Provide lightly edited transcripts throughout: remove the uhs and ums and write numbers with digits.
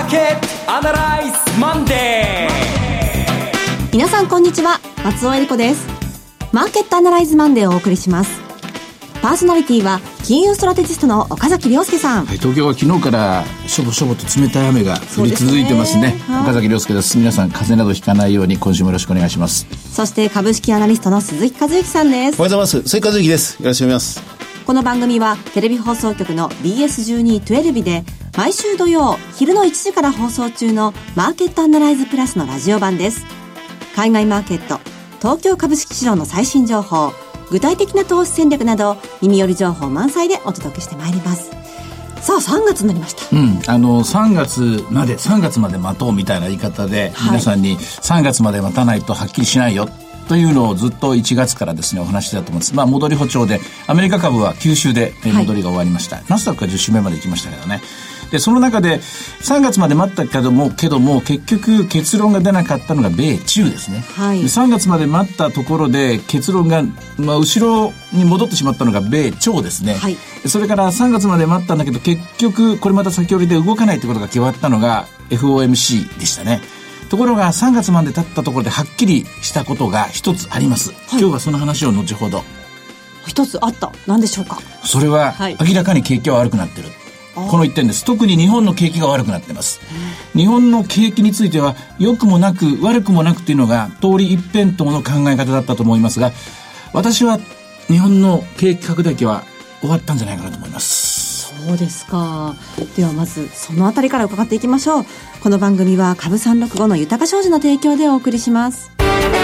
ケットアナライズマンデー。 皆さんこんにちは、松尾恵理子です。マーケットアナライズマンデーをお送りします。パーソナリティは金融ストラテジストの岡崎亮介さん。 はい、東京は昨日からしょぼしょぼと冷たい雨が降り続いてますね。岡崎亮介です。皆さん風邪などひかないように今週もよろしくお願いします。 そして株式アナリストの鈴木和之さんです。 おはようございます。鈴木和之です。よろしくお願いします。 この番組はテレビ放送局の BS1212 で毎週土曜昼の1時から放送中のマーケットアナライズプラスのラジオ版です。海外マーケット、東京株式市場の最新情報、具体的な投資戦略など耳寄り情報満載でお届けしてまいります。さあ3月になりました。 3月まで待とうみたいな言い方で、皆さんに3月まで待たないとはっきりしないよというのをずっと1月からですねお話しだと思うんです。戻り歩調でアメリカ株は9週で戻りが終わりました、ナスダックは10週目まで行きましたけどね。でその中で3月まで待ったけども結局結論が出なかったのが米中ですね、で3月まで待ったところで結論が、後ろに戻ってしまったのが米朝ですね、それから3月まで待ったんだけど結局これまた先折りで動かないということが決まったのが FOMC でしたね。ところが3月まで経ったところではっきりしたことが一つあります、今日はその話を後ほど。 一つあった。何でしょうか。 それは、明らかに景気は悪くなってる、この一点です。特に日本の景気が悪くなっています、日本の景気については良くもなく悪くもなくというのが通り一辺倒の考え方だったと思いますが、私は日本の景気拡大期は終わったんじゃないかなと思います。 そうですか。ではまずそのあたりから伺っていきましょう。この番組は株365の豊か商事の提供でお送りします。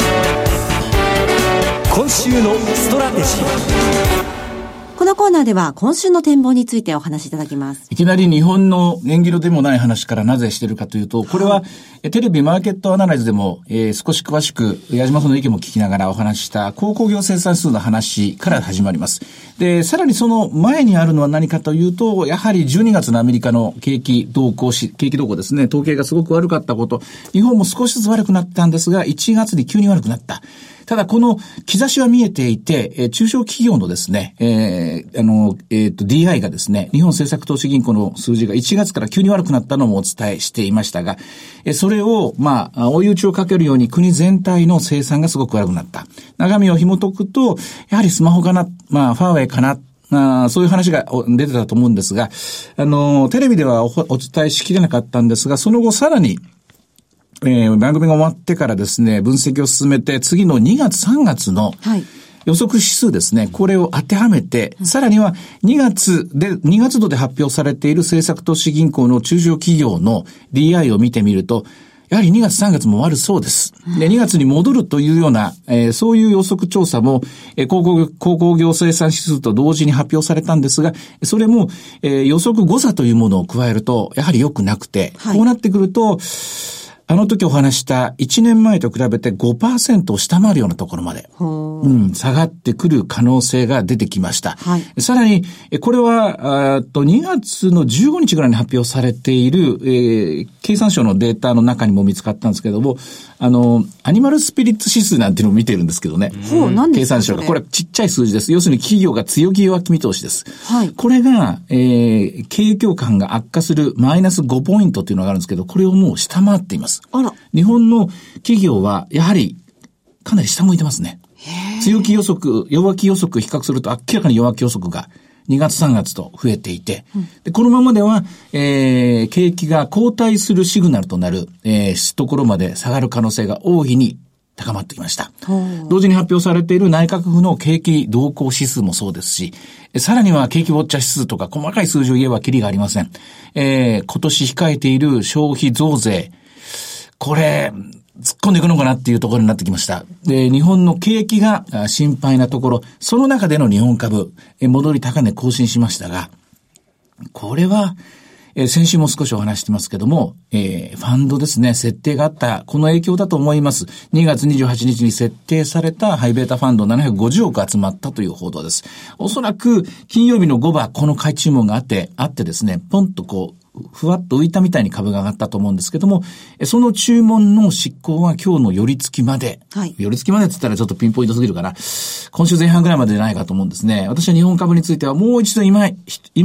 今週のストラテジー。 このコーナーでは今週の展望についてお話しいただきます。 いきなり日本の縁起でもない話からなぜしているかというと、これはテレビマーケットアナライズでも、少し詳しく矢島さんの意見も聞きながらお話した鉱工業生産指数の話から始まります。で、さらにその前にあるのは何かというと、やはり12月のアメリカの景気動向ですね、統計がすごく悪かったこと、日本も少しずつ悪くなったんですが、1月に急に悪くなった。ただこの兆しは見えていて、中小企業のですね、DI がですね、日本政策投資銀行の数字が1月から急に悪くなったのもお伝えしていましたが、それを追い打ちをかけるように国全体の生産がすごく悪くなった。中身を紐解くと、やはりスマホかな、ファーウェイかな、そういう話が出てたと思うんですが、テレビではお伝えしきれなかったんですが、その後さらに番組が終わってからですね、分析を進めて、次の2月3月の予測指数ですね、これを当てはめて、さらには2月度で発表されている政策投資銀行の中小企業の DI を見てみると、やはり2月3月も悪そうです。で、2月に戻るというような、そういう予測調査も、鉱工業生産指数と同時に発表されたんですが、それも、予測誤差というものを加えると、やはり良くなくて、こうなってくると、あの時お話した1年前と比べて 5% を下回るようなところまで、下がってくる可能性が出てきました。さらに、これは、2月の15日ぐらいに発表されている、経産省のデータの中にも見つかったんですけども、アニマルスピリッツ指数なんていうのを見てるんですけどね。経産省が。これはちっちゃい数字です。要するに企業が強気弱気見通しです。これが、景況感が悪化するマイナス5ポイントっていうのがあるんですけど、これをもう下回っています。日本の企業はやはりかなり下向いてますね。強気予測、弱気予測比較すると明らかに弱気予測が2月3月と増えていて、でこのままでは、景気が後退するシグナルとなる、ところまで下がる可能性が大いに高まってきました。同時に発表されている内閣府の景気動向指数もそうですし、さらには景気ウォッチャー指数とか細かい数字を言えばキリがありません。今年控えている消費増税、これ突っ込んでいくのかなっていうところになってきました。で、日本の景気が心配なところ、その中での日本株、戻り高値更新しましたが、これは、先週も少しお話してますけども、ファンドですね、設定があった、この影響だと思います。2月28日に設定されたハイベータファンド750億集まったという報道です。おそらく、金曜日の5番、この買い注文があってですね、ポンとふわっと浮いたみたいに株が上がったと思うんですけども、その注文の執行は今日の寄り付きまで、寄り付きまでって言ったらちょっとピンポイントすぎるかな。今週前半ぐらいまでじゃないかと思うんですね。私は日本株についてはもう一度今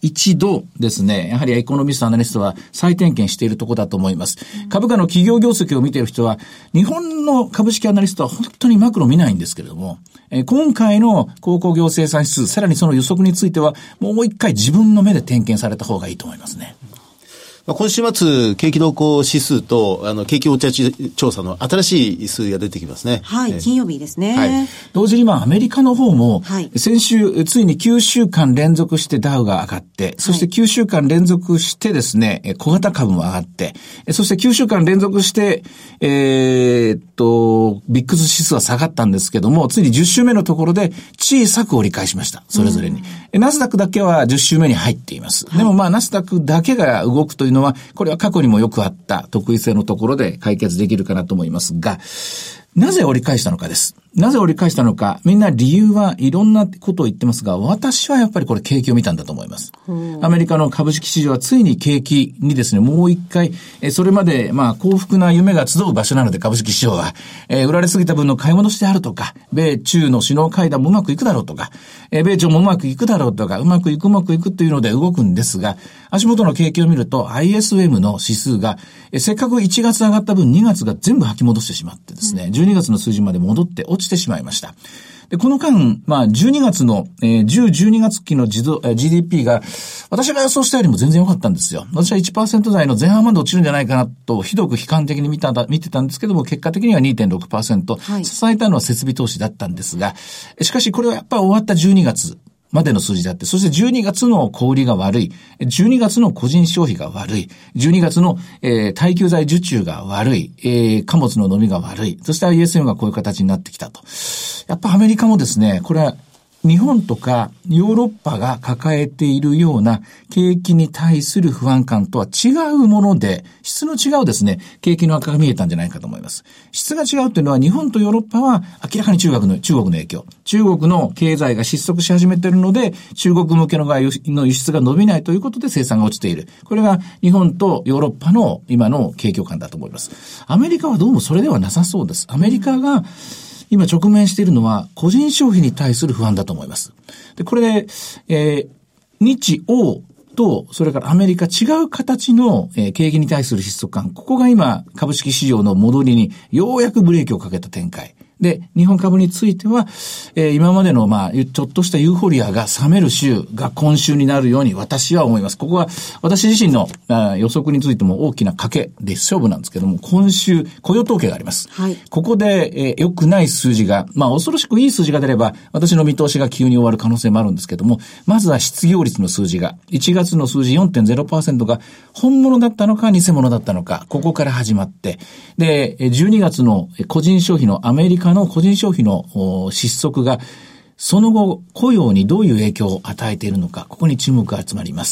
一度ですね、やはりエコノミスト、アナリストは再点検しているところだと思います。株価の企業業績を見ている人は、日本の株式アナリストは本当にマクロ見ないんですけれども、今回の鉱工業生産指数、さらにその予測については、もう一回自分の目で点検された方がいいと思いますね。 今週末、景気動向指数と、景気ウォッチャー調査の新しい数が出てきますね。 はい、金曜日ですね。はい。 同時にアメリカの方も、先週、ついに9週間連続してダウが上がって、そして9週間連続してですね、小型株も上がって、そして9週間連続して、ビックス指数は下がったんですけども、ついに10週目のところで小さく折り返しました。それぞれに。ナスダックだけは10週目に入っています。でもナスダックだけが動くというのは、これは過去にもよくあった得意性のところで解決できるかなと思いますが、なぜ折り返したのかです。なぜ折り返したのか、みんな理由はいろんなことを言ってますが、私はやっぱりこれ景気を見たんだと思います。アメリカの株式市場はついに景気にですね、もう一回、それまで幸福な夢が集う場所なので株式市場は、売られすぎた分の買い戻しであるとか、米中の首脳会談もうまくいくだろうとか、米朝もうまくいくだろうとか、うまくいくというので動くんですが、足元の景気を見ると ISM の指数が、せっかく1月上がった分2月が全部吐き戻してしまってですね、12月の数字まで戻って落ちてしまいました。で、この間、12月の、12月期のGDP が、私が予想したよりも全然良かったんですよ。私は 1% 台の前半まで落ちるんじゃないかなと、ひどく悲観的に見てたんですけども、結果的には 2.6%、支えたのは設備投資だったんですが、しかしこれはやっぱり終わった12月、までの数字であって、そして12月の小売りが悪い、12月の個人消費が悪い、12月の、耐久財受注が悪い、貨物の伸びが悪い、そして ISM がこういう形になってきたと。やっぱアメリカもですね、これは日本とかヨーロッパが抱えているような景気に対する不安感とは違うもので、質の違うですね、景気の悪化が見えたんじゃないかと思います。質が違うというのは日本とヨーロッパは明らかに中国の影響。中国の経済が失速し始めているので、中国向けの輸出が伸びないということで生産が落ちている。これが日本とヨーロッパの今の景況感だと思います。アメリカはどうもそれではなさそうです。アメリカが今直面しているのは個人消費に対する不安だと思います。で、これで、日欧と、それからアメリカ違う形の、景気に対する失速感。ここが今、株式市場の戻りにようやくブレーキをかけた展開。で、日本株については、今までの、ちょっとしたユーフォリアが冷める週が今週になるように私は思います。ここは私自身の予測についても大きな賭けで勝負なんですけども、今週雇用統計があります。はい。ここで、良くない数字が、恐ろしくいい数字が出れば、私の見通しが急に終わる可能性もあるんですけども、まずは失業率の数字が、1月の数字 4.0% が本物だったのか偽物だったのか、ここから始まって、で、12月の個人消費のアメリカの個人消費の失速がその後雇用にどういう影響を与えているのか、ここに注目が集まります。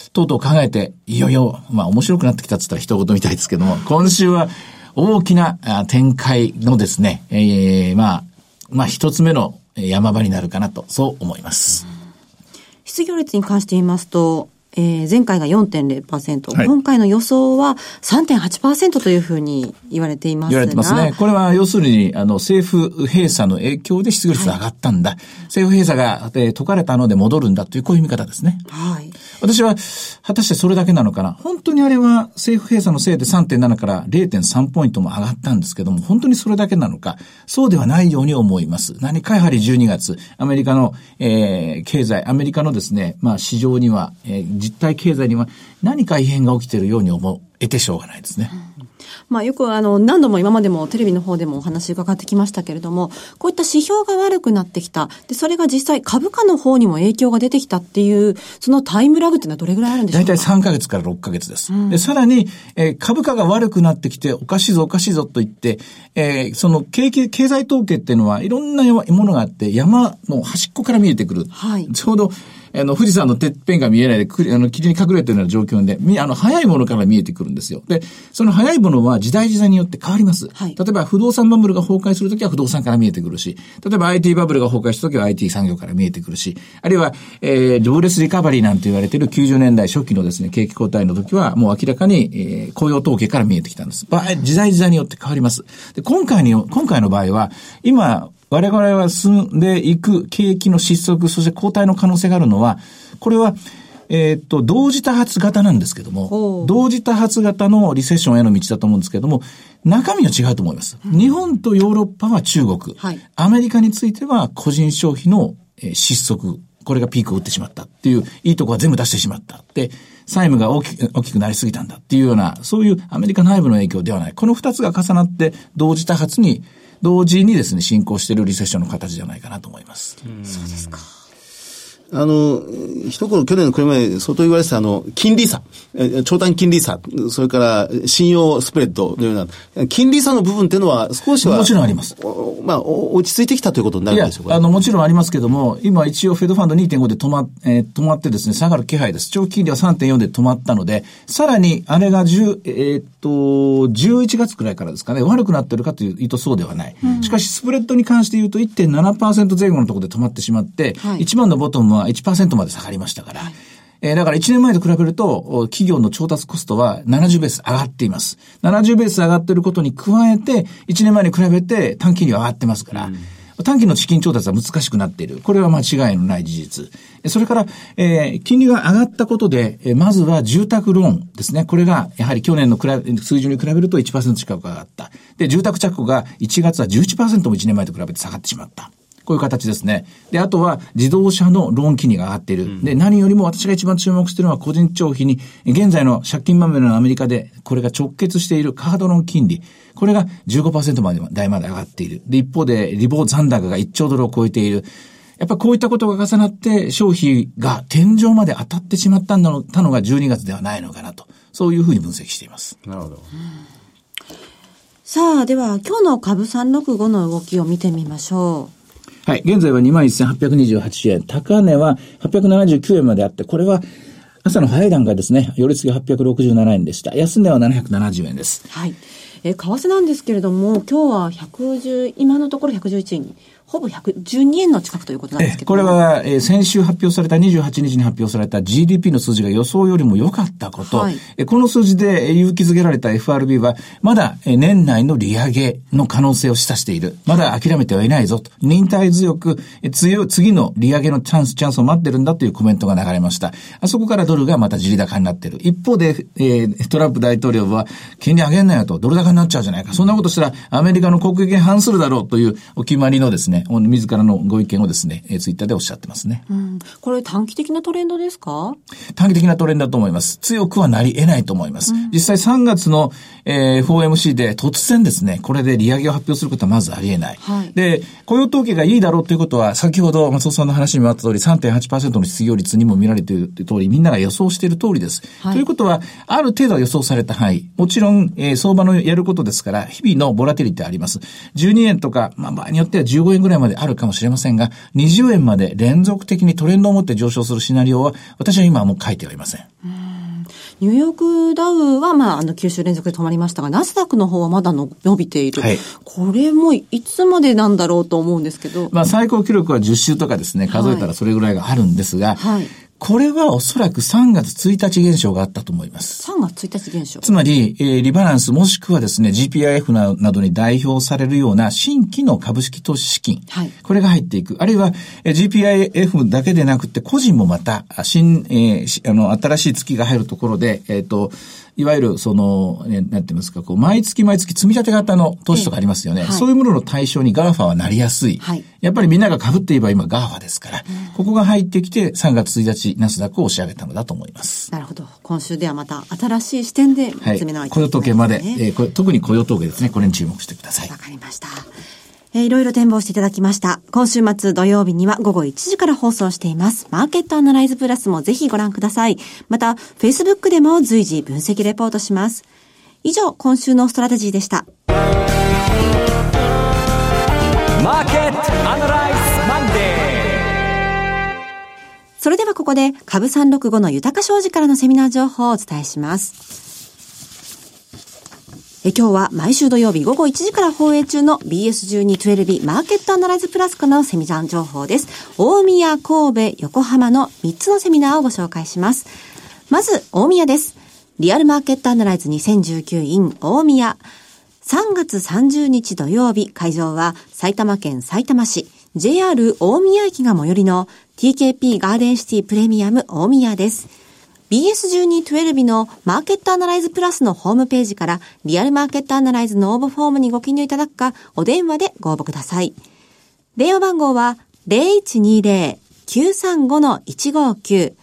とうとう考えていよいよ面白くなってきたって言ったら一言みたいですけども、今週は大きな展開のですね、一つ目の山場になるかなとそう思います。 失業率に関して言いますと、前回が 4.0%、今回の予想は 3.8% というふうに言われていますが。 言われてますね。これは要するに、政府閉鎖の影響で失業率が上がったんだ。はい、政府閉鎖が、解かれたので戻るんだという、こういう見方ですね。はい。私は、果たしてそれだけなのかな。本当にあれは政府閉鎖のせいで 3.7 から 0.3 ポイントも上がったんですけども、本当にそれだけなのか、そうではないように思います。何かやはり12月、アメリカの、経済、アメリカのですね、市場には、実体経済には何か異変が起きているように思えてしょうがないですね。 よく何度も今までもテレビの方でもお話伺ってきましたけれども、こういった指標が悪くなってきた。で、それが実際株価の方にも影響が出てきたっていう、そのタイムラグっていうのはどれぐらいあるんでしょうか？ 大体3ヶ月から6ヶ月です。で、さらに、株価が悪くなってきて、おかしいぞと言って、その経済統計っていうのはいろんなものがあって、山の端っこから見えてくる。はい。ちょうど、富士山のてっぺんが見えないで、霧に隠れているような状況で、早いものから見えてくるんですよ。で、その早いものは時代によって変わります。はい、例えば、不動産バブルが崩壊するときは不動産から見えてくるし、例えば IT バブルが崩壊したときは IT 産業から見えてくるし、あるいは、ジョブレスリカバリーなんて言われている90年代初期のですね、景気後退のときは、もう明らかに、雇用統計から見えてきたんです。時代によって変わります。で、今回の場合は、今、我々は進んでいく景気の失速、そして後退の可能性があるのは、これは同時多発型なんですけども、同時多発型のリセッションへの道だと思うんですけども、中身は違うと思います。日本とヨーロッパは中国、はい、アメリカについては個人消費の失速、これがピークを打ってしまったっていう、いいとこは全部出してしまった。で、債務が大きくなりすぎたんだっていうような、そういうアメリカ内部の影響ではない。この二つが重なって同時多発に、同時にですね、進行しているリセッションの形じゃないかなと思います。 そうですか。 一頃去年のこれまで相当言われてた金利差、長短金利差、それから信用スプレッドのような、金利差の部分っていうのは少しは。 もちろんあります。 まあ、落ち着いてきたということになるんでしょうか。 もちろんありますけども、今一応フェドファンド 2.5 で止まってですね、下がる気配です。長期金利は 3.4 で止まったので、さらにあれが11月くらいからですかね、悪くなってるかというとそうではない。しかしスプレッドに関して言うと 1.7% 前後のところで止まってしまって、はい、一番のボトムは 1% まで下がりましたから、はい、だから1年前と比べると企業の調達コストは70ベース上がっています。70ベース上がっていることに加えて1年前に比べて短期利は上がってますから、短期の資金調達は難しくなっている。これは間違いのない事実。それから、金利が上がったことで、まずは住宅ローンですね。これが、やはり去年の水準に比べると 1% 近く上がった。で、住宅着工が1月は 11% も1年前と比べて下がってしまった。こういう形ですね。で、あとは自動車のローン金利が上がっている。で、何よりも私が一番注目しているのは個人消費に、現在の借金まみれのアメリカで、これが直結しているカードローン金利。これが 15% 台まで上がっている。で、一方でリボ残高が1兆ドルを超えている。やっぱりこういったことが重なって消費が天井まで当たってしまったのが12月ではないのかなと。そういうふうに分析しています。 なるほど。 さあ、では今日の株365の動きを見てみましょう。 はい。現在は 21,828 円。高値は879円まであって、これは朝の早い段階ですね。寄り付き867円でした。安値は770円です。 はい。為替なんですけれども、今日は今のところ111円に。ほぼ112円の近くということなんですけど。 これは、先週発表された28日に発表された GDP の数字が予想よりも良かったこと。はい、この数字で勇気づけられた FRB は、まだ年内の利上げの可能性を示唆している。まだ諦めてはいないぞと。忍耐強く、次の利上げのチャンスを待ってるんだというコメントが流れました。あそこからドルがまた地利高になっている。一方で、トランプ大統領は、金利上げんなよと、ドル高になっちゃうじゃないか。そんなことしたらアメリカの国益に反するだろうというお決まりのですね、自らのご意見をですね、ツイッターでおっしゃってますね。 これ短期的なトレンドですか？ 短期的なトレンドだと思います。強くはなり得ないと思います。実際3月の、FOMC で突然ですね、これで利上げを発表することはまずあり得ない。はい、で、雇用統計がいいだろうということは、先ほど松尾さんの話にもあった通り 3.8% の失業率にも見られている通り、みんなが予想している通りです。はい、ということは、ある程度予想された範囲、もちろん、相場のやることですから、日々のボラティリティあります。12円とか、場合によっては15円ぐらいまであるかもしれませんが、20円まで連続的にトレンドを持って上昇するシナリオは、私は今はもう書いてはいません。 ニューヨークダウは、9週連続で止まりましたが、ナスダックの方はまだ伸びている。はい、これもいつまでなんだろうと思うんですけど。 最高記録は10週とかですね、数えたらそれぐらいがあるんですが、はい、これはおそらく3月1日現象があったと思います。 3月1日現象。 つまり、リバランスもしくはですね、GPIF などに代表されるような新規の株式投資資金。はい、これが入っていく。あるいは、GPIF だけでなくて、個人もまた、新しい月が入るところで、いわゆるなんて言いますか、毎月積み立て型の投資とかありますよね。はい、そういうものの対象に GAFA はなりやすい。はい、やっぱりみんなが被っていれば今 GAFA ですから、ここが入ってきて3月1日ナスダックを押し上げたのだと思います。 なるほど。今週ではまた新しい視点で見つめないといけないですね。雇用統計まで、特に雇用統計ですね。これに注目してください。 わかりました。いろいろ展望していただきました。今週末土曜日には午後1時から放送しています。マーケットアナライズプラスもぜひご覧ください。また、Facebook でも随時分析レポートします。以上、今週のストラテジーでした。 マーケットアナライズマンデー。 それではここで株365の豊か商事からのセミナー情報をお伝えします。今日は毎週土曜日午後1時から放映中の BS12-12 マーケットアナライズプラスからのセミナー情報です。大宮、神戸、横浜の3つのセミナーをご紹介します。まず、大宮です。リアルマーケットアナライズ2019 in 大宮。3月30日土曜日、会場は埼玉県さいたま市、JR 大宮駅が最寄りの TKP ガーデンシティプレミアム大宮です。BS1212 のマーケットアナライズプラスのホームページからリアルマーケットアナライズの応募フォームにご記入いただくか、お電話でご応募ください。電話番号は 0120-935-159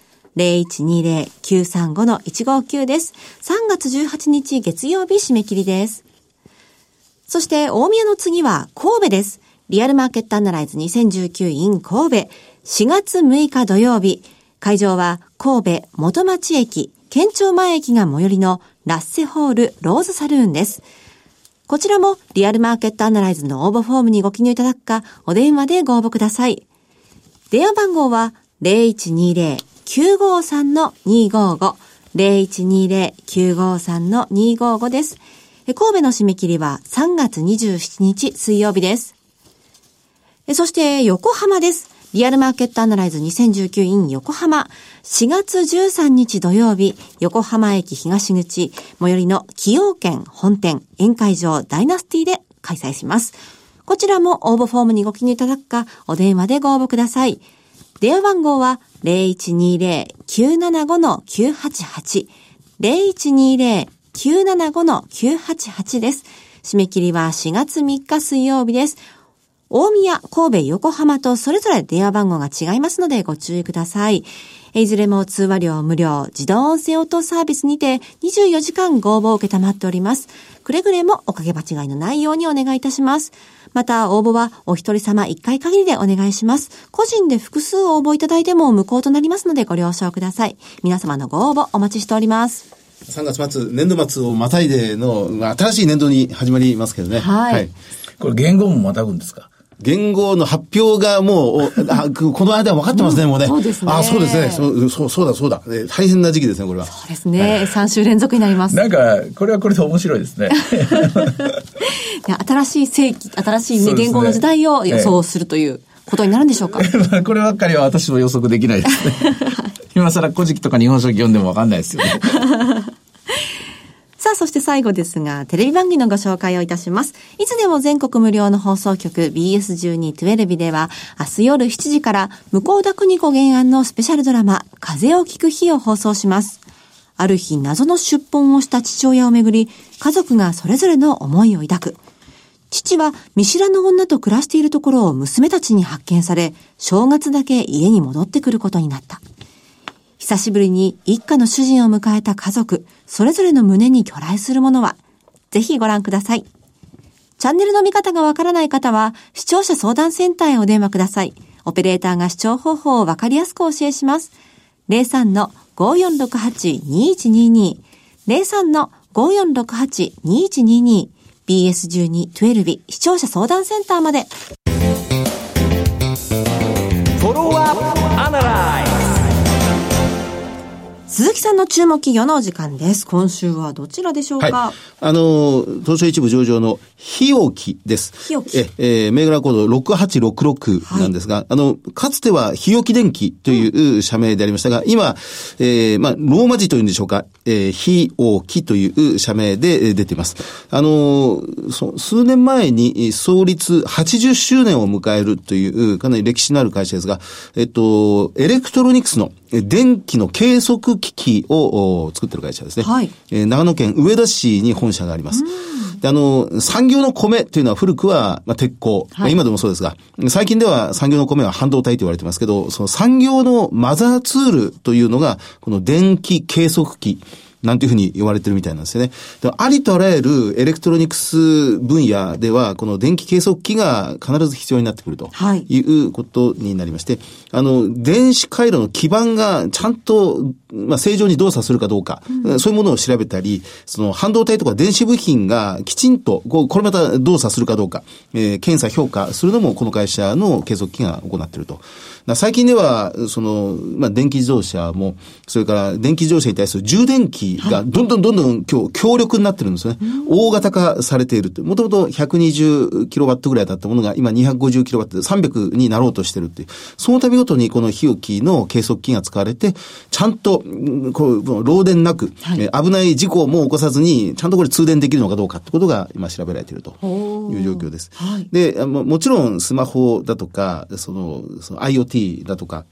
0120-935-159 です。3月18日月曜日締め切りです。そして大宮の次は神戸です。リアルマーケットアナライズ2019 in 神戸4月6日土曜日。会場は神戸元町駅、県庁前駅が最寄りのラッセホールローズサルーンです。こちらもリアルマーケットアナライズの応募フォームにご記入いただくか、お電話でご応募ください。電話番号は 0120-953-255 0120-953-255 です。神戸の締め切りは3月27日水曜日です。そして横浜です。リアルマーケットアナライズ2019 in 横浜4月13日土曜日、横浜駅東口最寄りの崎陽軒本店宴会場ダイナスティで開催します。こちらも応募フォームにご記入いただくか、お電話でご応募ください。電話番号は 0120-975-988 0120-975-988 です。締め切りは4月3日水曜日です。大宮、神戸、横浜とそれぞれ電話番号が違いますのでご注意ください。いずれも通話料無料、自動音声応答サービスにて24時間ご応募を受けたまっております。くれぐれもおかけ間違いのないようにお願いいたします。また応募はお一人様1回限りでお願いします。個人で複数応募いただいても無効となりますのでご了承ください。皆様のご応募お待ちしております。 3月末、年度末をまたいでの新しい年度に始まりますけどね。 はい。 これ言語もまたぐんですか？ 言語の発表がもう、この間分かってますね、もうね。 そうですね。 そうですね。そうだ。大変な時期ですね、これは。 そうですね。3週連続になります。 なんか、これはこれで面白いですね。 新しい世紀、新しい、ね、言語の時代を予想するということになるんでしょうか。 こればっかりは私も予測できないですね。今更古事記とか日本書紀読んでも分かんないですよね。 さあ、そして最後ですが、テレビ番組のご紹介をいたします。いつでも全国無料の放送局 BS1212 では、明日夜7時から向田邦子原案のスペシャルドラマ、風を聞く日を放送します。ある日、謎の出奔をした父親をめぐり、家族がそれぞれの思いを抱く。父は見知らぬ女と暮らしているところを娘たちに発見され、正月だけ家に戻ってくることになった。久しぶりに一家の主人を迎えた家族、それぞれの胸に去来するものは、ぜひご覧ください。チャンネルの見方がわからない方は、視聴者相談センターへお電話ください。オペレーターが視聴方法をわかりやすくお教えします。03-5468-2122 03-5468-2122 BS12-12 視聴者相談センターまで。 フォローアップアナライズ。 鈴木さんの注目企業のお時間です。今週はどちらでしょうか？ はい。東証一部上場の日置です。 日置。 銘柄コード6866なんですが、はい、かつては日置電機という社名でありましたが、今、ローマ字というんでしょうか、日置という社名で出ています。数年前に創立80周年を迎えるというかなり歴史のある会社ですが、エレクトロニクスの電気の計測機器を作っている会社ですね。 はい。 長野県上田市に本社があります。で、産業の米というのは古くは、鉄鋼、はい。今でもそうですが、最近では産業の米は半導体と言われてますけど、その産業のマザーツールというのが、この電気計測器。なんていうふうに言われてるみたいなんですよね。でありとあらゆるエレクトロニクス分野では、この電気計測器が必ず必要になってくるということになりまして、電子回路の基板がちゃんと、正常に動作するかどうか、そういうものを調べたり、その半導体とか電子部品がきちんと、これまた動作するかどうか、検査評価するのもこの会社の計測器が行っていると。最近では、電気自動車も、それから電気自動車に対する充電器がどんどん今日強力になってるんですよね。大型化されている。もともと120キロワットぐらいだったものが今250キロワットで300になろうとしてるっていう。その度ごとにこの日置の計測器が使われて、ちゃんと、漏電なく、危ない事故をもう起こさずに、ちゃんとこれ通電できるのかどうかってことが今調べられているという状況です。で、もちろんスマホだとか、その IoT だとか、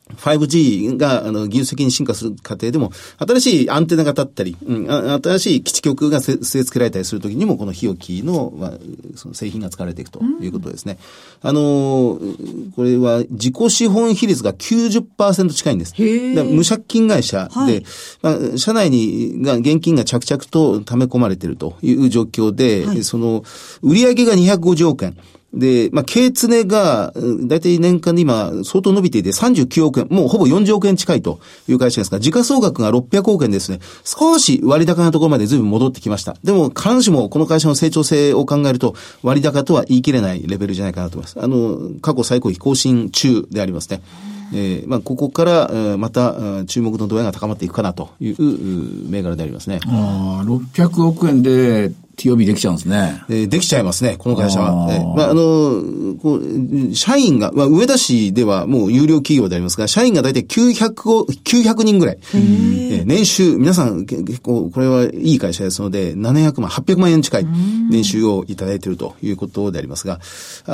5G が、技術的に進化する過程でも、新しいアンテナが立ったり、新しい基地局が据え付けられたりするときにも、この日置の、その製品が使われていくということですね。これは自己資本比率が 90% 近いんです。無借金会社で、社内が現金が着々と溜め込まれているという状況で、その、売上が250億円。で、経常が、だいたい年間で今、相当伸びていて39億円、もうほぼ40億円近いという会社ですが、時価総額が600億円ですね。少し割高なところまで随分戻ってきました。でも、必ずしもこの会社の成長性を考えると、割高とは言い切れないレベルじゃないかなと思います。過去最高益更新中でありますね。ここから、また、注目の度合いが高まっていくかなという銘柄でありますね。 600億円で、TOB できちゃうんですね。 できちゃいますね、この会社は。社員が、上田市ではもう有料企業でありますが、社員がだいたい900人ぐらい。年収、皆さん結構、これはいい会社ですので、700万、800万円近い年収をいただいているということでありますが、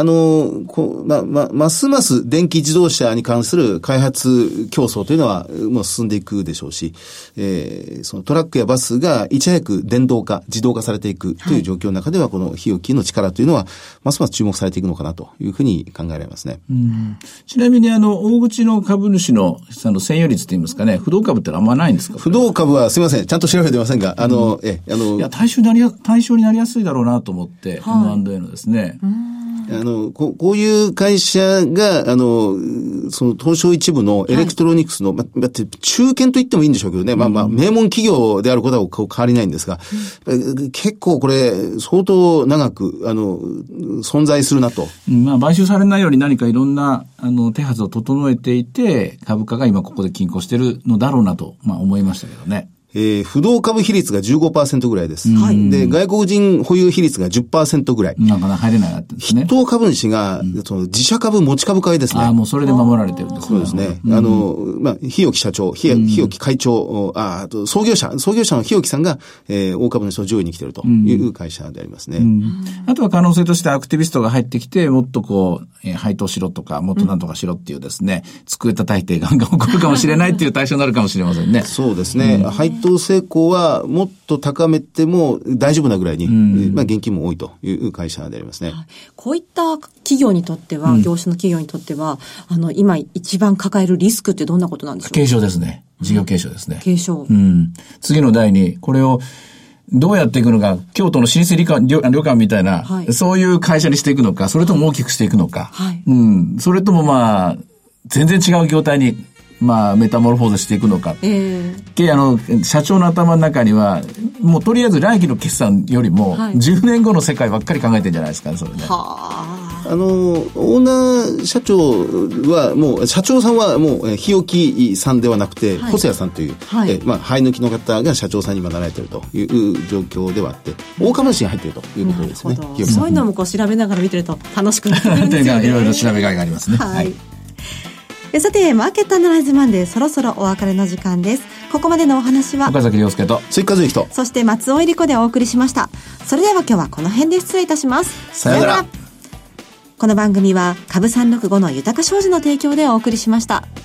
ますます電気自動車に関する開発競争というのはもう進んでいくでしょうし、そのトラックやバスがいち早く電動化、自動化されていくという状況の中では、この日置の力というのは、ますます注目されていくのかなというふうに考えられますね。 ちなみに、大口の株主の、占有率といいますかね、不動株ってあんまないんですか？ 不動株はすみません、ちゃんと調べてませんが、 いや、対象になりやすいだろうなと思って、M&A のですね。 こういう会社が、その東証一部のエレクトロニクスの、中堅と言ってもいいんでしょうけどね、名門企業であることは変わりないんですが、結構これ、相当長く、存在するなと。 買収されないように何かいろんな、手はずを整えていて、株価が今ここで均衡してるのだろうなと、思いましたけどね。 不動株比率が 15% ぐらいです。で、外国人保有比率が 10% ぐらい。 なかなか入れないなってですね。 筆頭株主が、その自社株持ち株会ですね。 もうそれで守られてるんですね。 そうですね。日置社長、日置会長、あと創業者の日置さんが、大株主の上位に来ているという会社でありますね。 あとは可能性としてアクティビストが入ってきて、もっと配当しろとか、もっとなんとかしろっていうですね、机叩いてガンガン起こるかもしれないっていう対象になるかもしれませんね。 そうですね。配当成功はもっと高めても大丈夫なぐらいに、現金も多いという会社でありますね。 こういった企業にとっては、業種の企業にとっては、今一番抱えるリスクってどんなことなんでしょうか？ 継承ですね。事業継承ですね。 継承。 次の代に、これをどうやっていくのか、京都の老舗旅館みたいな、そういう会社にしていくのか、それとも大きくしていくのか、それとも全然違う業態にメタモルフォーゼしていくのか。社長の頭の中には、もうとりあえず来期の決算よりも、10年後の世界ばっかり考えてるんじゃないですかね、それね。 オーナー社長はもう、社長さんはもう、日置さんではなくて、細谷さんという、生え抜きの方が社長さんに今なられているという状況ではあって、大株主に入っているということですね。 そういうのも調べながら見てると楽しくなってくるんですよね。 いろいろ調べがいがありますね。 さて、マーケットアナライズマンデー、そろそろお別れの時間です。ここまでのお話は岡崎亮介と関和之と、 そして松尾恵理子でお送りしました。それでは今日はこの辺で失礼いたします。 さよなら。 この番組は株365の豊か商事の提供でお送りしました。